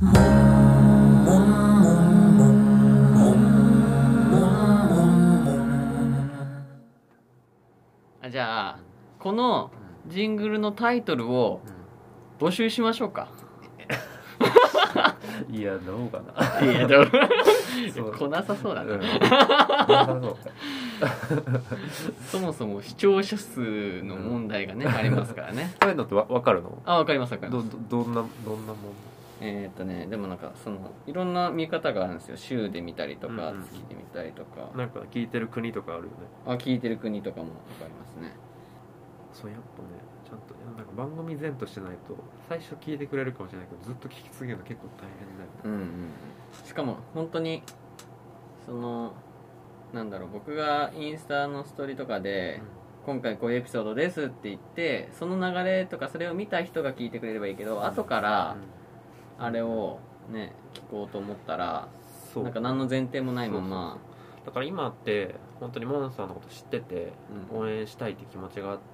じゃあこのジングルのタイトルを募集しましょうか。 いやどうかな。 いやでも来なさそうだね、そもそも視聴者数の問題がね、ありますからね。 そういうのって分かるの？ 分かります分かります。 どんなもん？ でもなんかそのいろんな見方があるんですよ。週で見たりとか、月で見たりとか。 なんか聞いてる国とかあるよね。 聞いてる国とかも分かりますね。 そうやっぱね、ちゃんとなんか番組前としてないと最初聞いてくれるかもしれないけどずっと聞き続けるの結構大変だよね。 しかも本当にそのなんだろう、僕がインスタのストーリーとかで、今回こういうエピソードですって言ってその流れとかそれを見た人が聞いてくれればいいけど、後からあれをね聞こうと思ったらなんか何の前提もないまま。 だから今って本当にモンスターのこと知ってて応援したいって気持ちがあって、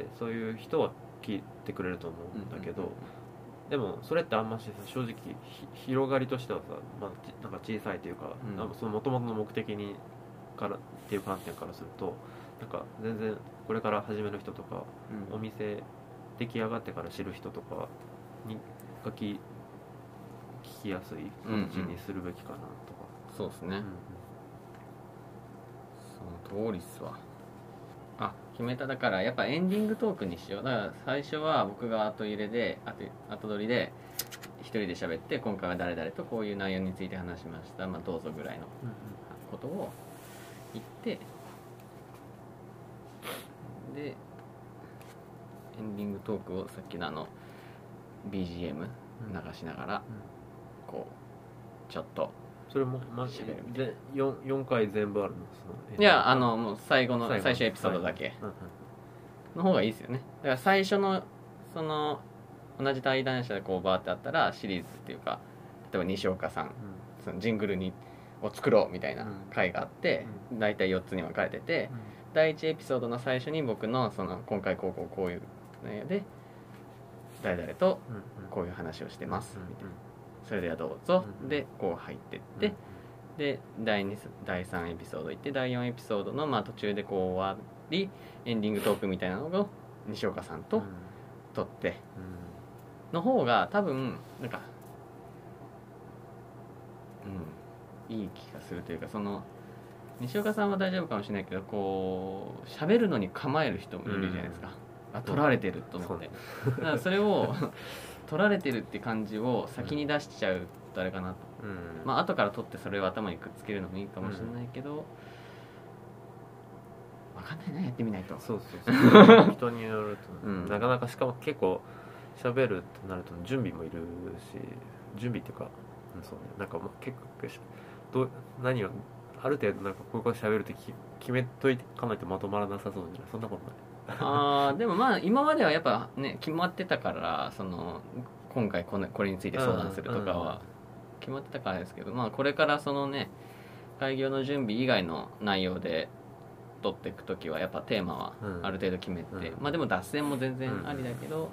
そういう人は聞いてくれると思うんだけど、でもそれってあんましさ、正直広がりとしてはさ、なんか小さいというか、その元々の目的にからっていう観点からするとなんか全然これから始める人とか、お店出来上がってから知る人とかにが聞きやすい形にするべきかなとか。 そうですね、その通りっすわ。決めた。だからやっぱエンディングトークにしよう。だから最初は僕が後取りで一人で喋って、今回は誰々とこういう内容について話しました、どうぞぐらいのことを言って、でエンディングトークをさっきのBGM 流しながらこうちょっとそれも4回全部あるの？ いやもう最初エピソードだけの方がいいですよね。だから最初のその同じ対談者でこうバーってあったらシリーズっていうか、例えば西岡さん、そのジングルを作ろうみたいな回があって、大体4つに分かれてて、第1エピソードの最初に僕のその今回こういう内容で誰々とこういう話をしてますみたいな、それではどうぞでこう入ってって、で第3エピソード行って、第4エピソードの途中でこう終わりエンディングトークみたいなのを西岡さんと撮っての方が多分なんかいい気がするというか、その西岡さんは大丈夫かもしれないけど、こう喋るのに構える人もいるじゃないですか。撮られてると思って、だからそれを撮られてるって感じを先に出しちゃうとあれかなと、後から撮ってそれを頭にくっつけるのもいいかもしれないけど、分かんないな、やってみないと。 そう人によると、なかなか、しかも結構喋るってなると準備もいるし、準備っていうか、そうね、なんかもう結構何をある程度なんかこういうこと喋るって決めといかないとまとまらなさそうじゃない？そんなことない？ でも今まではやっぱね決まってたから、その今回これについて相談するとかは決まってたからですけど、これからそのね開業の準備以外の内容で取っていくときはやっぱテーマはある程度決めて、でも脱線も全然ありだけど、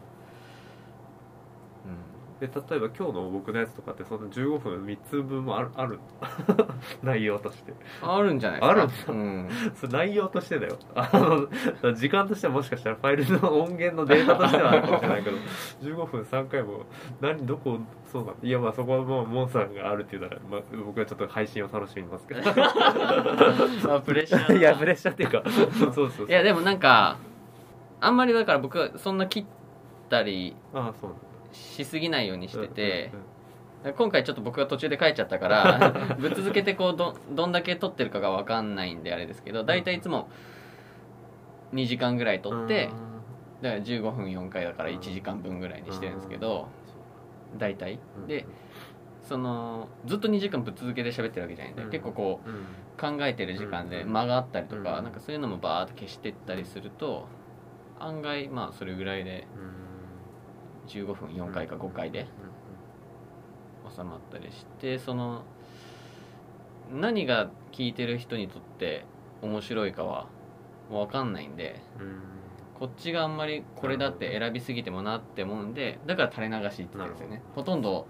で例えば今日の僕のやつとかってその15分3つ分もある内容としてあるんじゃないですか。 あるんだ、それ内容としてだよ。時間としてはもしかしたらファイルの音源のデータとしてはあるかもしれないけど15分3回もどこそうなんいやそこはもうモンさんがあるっていうなら、僕はちょっと配信を楽しみますけどプレッシャーいやプレッシャーっていうかそういやでもなんかあんまりだから僕はそんな切ったりしすぎないようにしてて、今回ちょっと僕が途中で帰っちゃったからぶっ続けてこうどんだけ撮ってるかが分かんないんであれですけど、大体いつも2時間ぐらい撮って、だから15分4回だから1時間分ぐらいにしてるんですけど、大体でそのずっと2時間ぶっ続けで喋ってるわけじゃないんで、結構こう考えてる時間で間があったりとか、なんかそういうのもバーッと消してったりすると案外それぐらいで15分4回か5回で収まったりして、その何が聞いてる人にとって面白いかは分かんないんで、こっちがあんまりこれだって選びすぎてもなって思うんで、だから垂れ流しって言ってるんですよね。ほとんど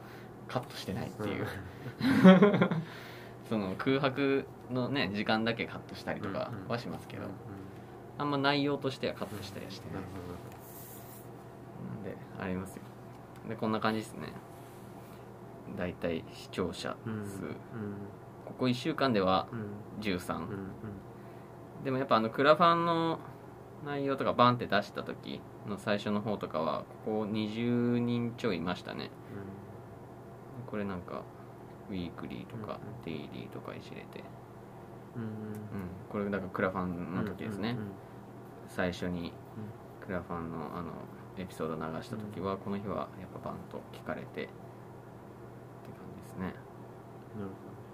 カットしてないっていう、その空白のね時間だけカットしたりとかはしますけど、あんま内容としてはカットしたりはしてない、なんでありますよ。でこんな感じですね。だいたい視聴者数、ここ1週間では13、でもやっぱクラファンの内容とかバンって出した時の最初の方とかはここ20人ちょいいましたね、これなんかウィークリーとかデイリーとかいじれて、これだからクラファンの時ですね、最初にクラファンのエピソード流した時はこの日はやっぱバンと聞かれてって感じですね。だ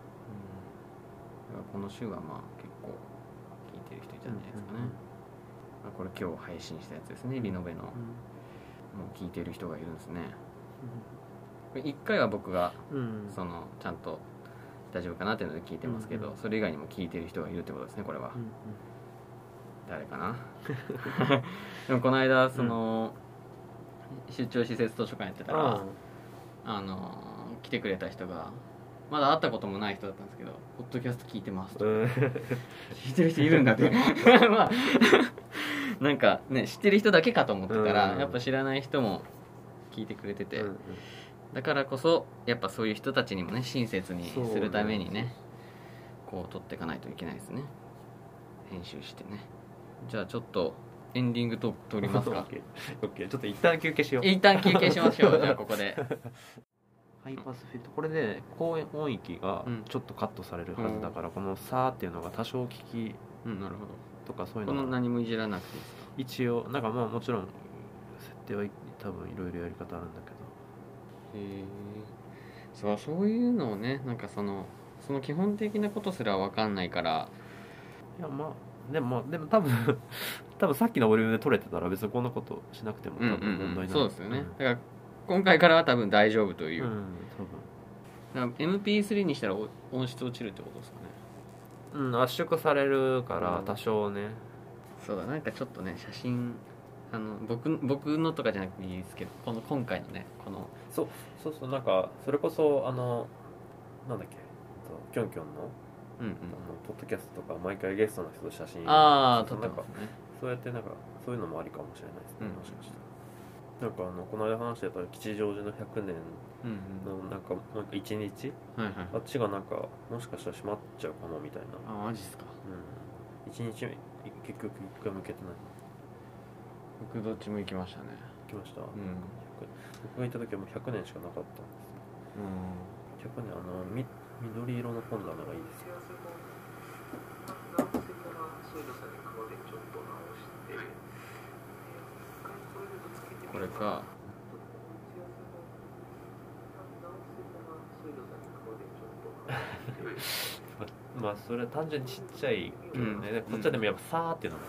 からこの週はまあ結構聞いてる人いたんじゃないですかね。これ今日配信したやつですね、リノベの、もう聞いてる人がいるんですね。1回は僕がそのちゃんと大丈夫かなっていうので聞いてますけど、それ以外にも聞いてる人がいるってことですね。これは誰かなでもこの間その、出張施設図書館やってたら来てくれた人がまだ会ったこともない人だったんですけど、ポッドキャスト聞いてますと聞いてる人いるんだってまあなんかね知ってる人だけかと思ってたら、やっぱ知らない人も聞いてくれてて、だからこそやっぱそういう人たちにもね親切にするためにねこう撮っていかないといけないですね。編集してね。じゃあちょっとエンディングトーク撮りますか。 OK ちょっと一旦休憩しよう。 一旦休憩しましょう。じゃあここでハイパスフィット、これで高音域がちょっとカットされるはずだから、この「さ」っていうのが多少聞きなるほどとかそういうのこの何もいじらなくていいですか。 一応なんかまあもちろん設定は多分いろいろやり方あるんだけど、 へえ、そういうのをね、なんかその基本的なことすら分かんないから。 いやまあでも多分さっきのボリュームで撮れてたら別にこんなことしなくても多分問題ない、 そうですよね、だから今回からは多分大丈夫という、多分だから MP3 にしたら音質落ちるってことですかね。 圧縮されるから多少ね、 そうだ、なんかちょっとね写真僕のとかじゃなくていいですけど、今回のねそうなんかそれこそなんだっけキョンキョンのポッドキャストとか毎回ゲストの人と写真撮ってますね。 そうやってなんかそういうのもありかもしれないですね、もしかしたら。なんかこの間話してた吉祥寺の100年のなんか1日、あっちがなんかもしかしたら閉まっちゃうかもみたいな。 マジっすか。 1日結局1回も行けてない。 僕どっちも行きましたね。 行きました。僕が行った時はもう100年しかなかったんですよ。100年緑色の本棚がいいですよ。 これか。 まあそれは単純にちっちゃいけどね、こっちはでもやっぱさーっていうのが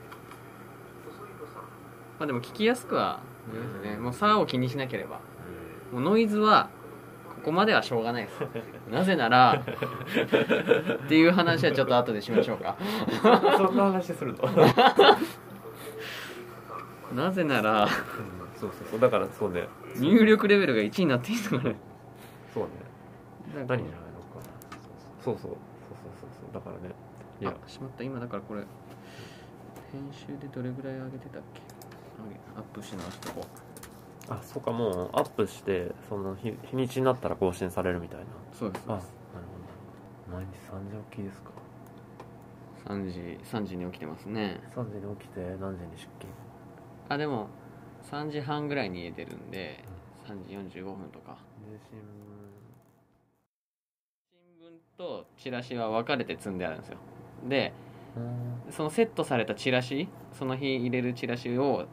まあでも聞きやすくはね、もうさーを気にしなければ、もうノイズはここまではしょうがないですなぜならっていう話はちょっと後でしましょうかそんな話するとなぜならそうだからそうね、 入力レベルが1になっていいのかね。 そうね、何じゃないのかな。そうだからね。 いやしまった、今だからこれ編集でどれぐらい上げてたっけ。アップし直しとこう。 そうか、もうアップしてその日にちになったら更新されるみたいな。 そうです。 なるほど。毎日3時起きですか。 3時に起きてますね。 3時に起きて何時に出勤。 でも3時半ぐらいに家出るんで、3時45分とかで新聞とチラシは分かれて積んであるんですよ。でそのセットされたチラシ、その日入れるチラシを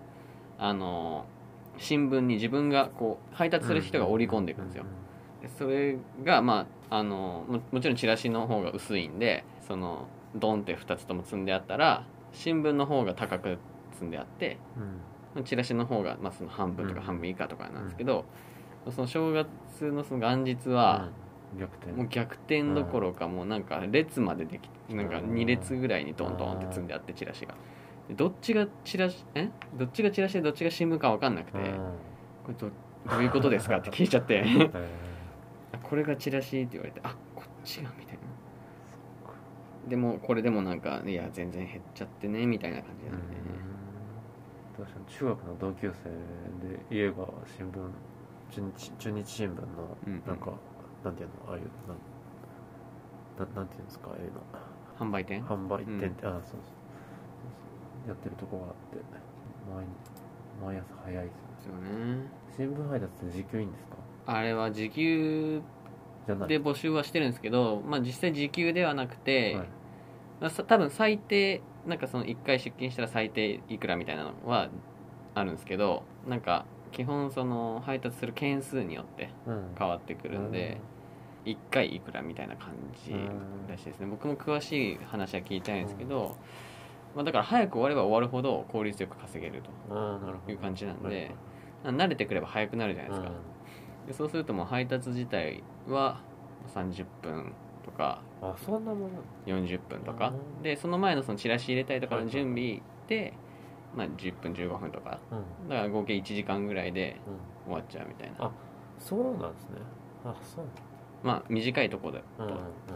新聞に自分がこう配達する人が織り込んでいくんですよ。でそれがもちろんチラシの方が薄いんで、そのドンって2つとも積んであったら新聞の方が高く積んであって、チラシの方がその半分とか半分以下とかなんですけど、その正月のその元日はもう逆転どころか、もうなんか列までできて、なんか2列ぐらいにドンドンって積んであって、チラシがどっちがチラシでどっちが新聞か分かんなくて、これどういうことですかって聞いちゃってこれがチラシって言われて、あ、こっちがみたいな。でもこれでもなんかいや全然減っちゃってねみたいな感じなんでね。 確かに中学の同級生で家が新聞中日新聞のなんか、なんていうのああいうなんていうんですか、ああいうの販売店って、 そうやってるとこがあって毎朝早いですよね。新聞配達って時給いいんですか？ あれは時給で募集はしてるんですけど、まあ実際時給ではなくて、はい、まあ、多分最低なんかその1回出勤したら最低いくらみたいなのはあるんですけど、なんか基本その配達する件数によって変わってくるんで、1回いくらみたいな感じらしいですね。僕も詳しい話は聞いたいんですけど、まあ、だから早く終われば終わるほど効率よく稼げるという感じなんで、慣れてくれば早くなるじゃないですか。でそうするともう配達自体は30分とかそんなもの 40分とかで、その前のそのチラシ入れたりとかの準備で、まあ、10分15分とか、だから合計1時間ぐらいで終わっちゃうみたいな。 そうなんですね。そうなんだ。 まあ短いところだと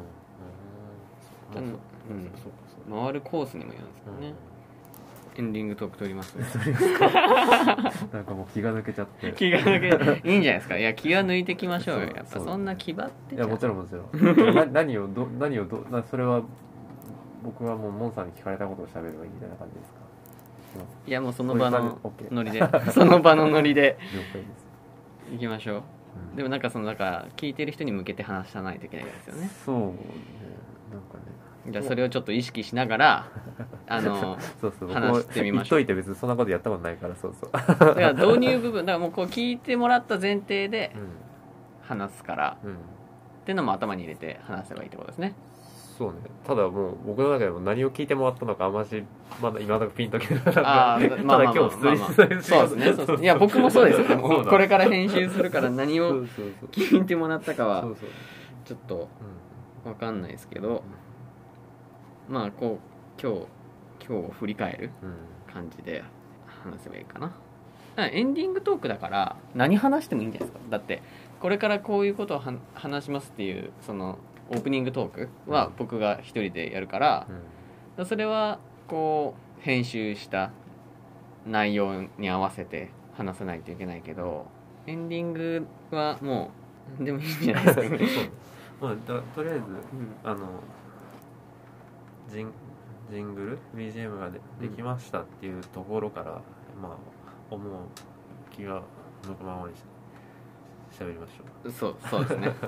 回るコースにもよるんですよね。エンディングトーク取りますね。 なんかもう気が抜けちゃって気が抜けいいんじゃないですか。いや、気は抜いてきましょうよ。やっぱそんな気張ってちゃう。 いやもちろん何をそれは僕はもうモンさんに聞かれたことを喋ればいいみたいな感じですか？ いやもうその場のノリでその場のノリで行きましょう。でもなんかそのだから聞いてる人に向けて話さないといけないですよね。 そうね、なんかね。 じゃあそれをちょっと意識しながら話してみましょう。 言っといて別にそんなことやったことないから。だから導入部分だからもうこう聞いてもらった前提で話すから、っていうのも頭に入れて話せばいいってことですね。 そうね。ただもう僕の中でも何を聞いてもらったのかあんましまだ今だかピンときてない。ただ今日普通にそうですね。いや僕もそうですよ。これから編集するから何を聞いてもらったかはちょっと分かんないですけど、まあこう今日を振り返る感じで話せばいいかな。エンディングトークだから何話してもいいんじゃないですか。だってこれからこういうことを話しますっていうそのオープニングトークは僕が一人でやるから、それはこう編集した内容に合わせて話さないといけないけど、エンディングはもうでもいいんじゃないですか。 まあ、とりあえず、ジングル BGM が できましたっていうところから、まあ思う気が向くままに喋りましょう。 そうですね。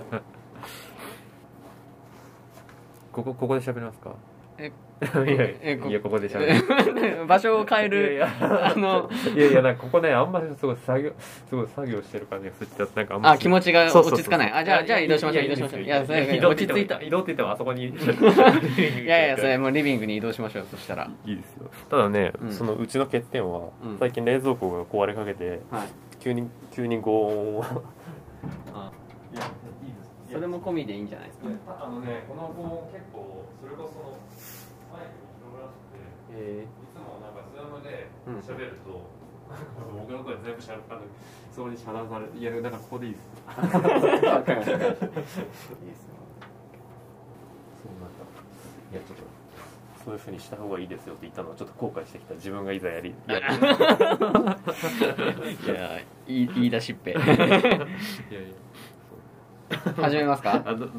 ここで喋りますか？いやここで喋る。場所を変える。いやなんかここねあんまりすごい作業してる感じがするって、なんかあんまり気持ちが落ち着かない。じゃあ移動しましょう。いやそれ落ち着いた。 移動って言ってもあそこに。いやそれもうリビングに移動しましょう。そしたらいいですよ。ただね、そのうちの欠点は最近冷蔵庫が壊れかけて、急にゴーンを。 それも込みでいいんじゃないですか。 この子結構それこそマイクに広がらせて、いつもなんかズームで喋ると、僕の声全部しゃべったんで、そこに遮断される。いやだからここでいいです。いいですよ。そうなんだ。いやちょっとそういう風にした方がいいですよって言ったのはちょっと後悔してきた。自分がいざやる。 いや言い出しっぺ。いや始めますか？ どうぞ。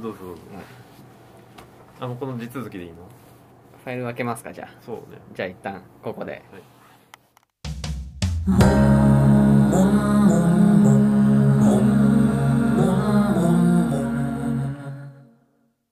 この地続きでいいの？ ファイル分けますか？じゃあ。 そうね。 じゃあ一旦ここで。 はい。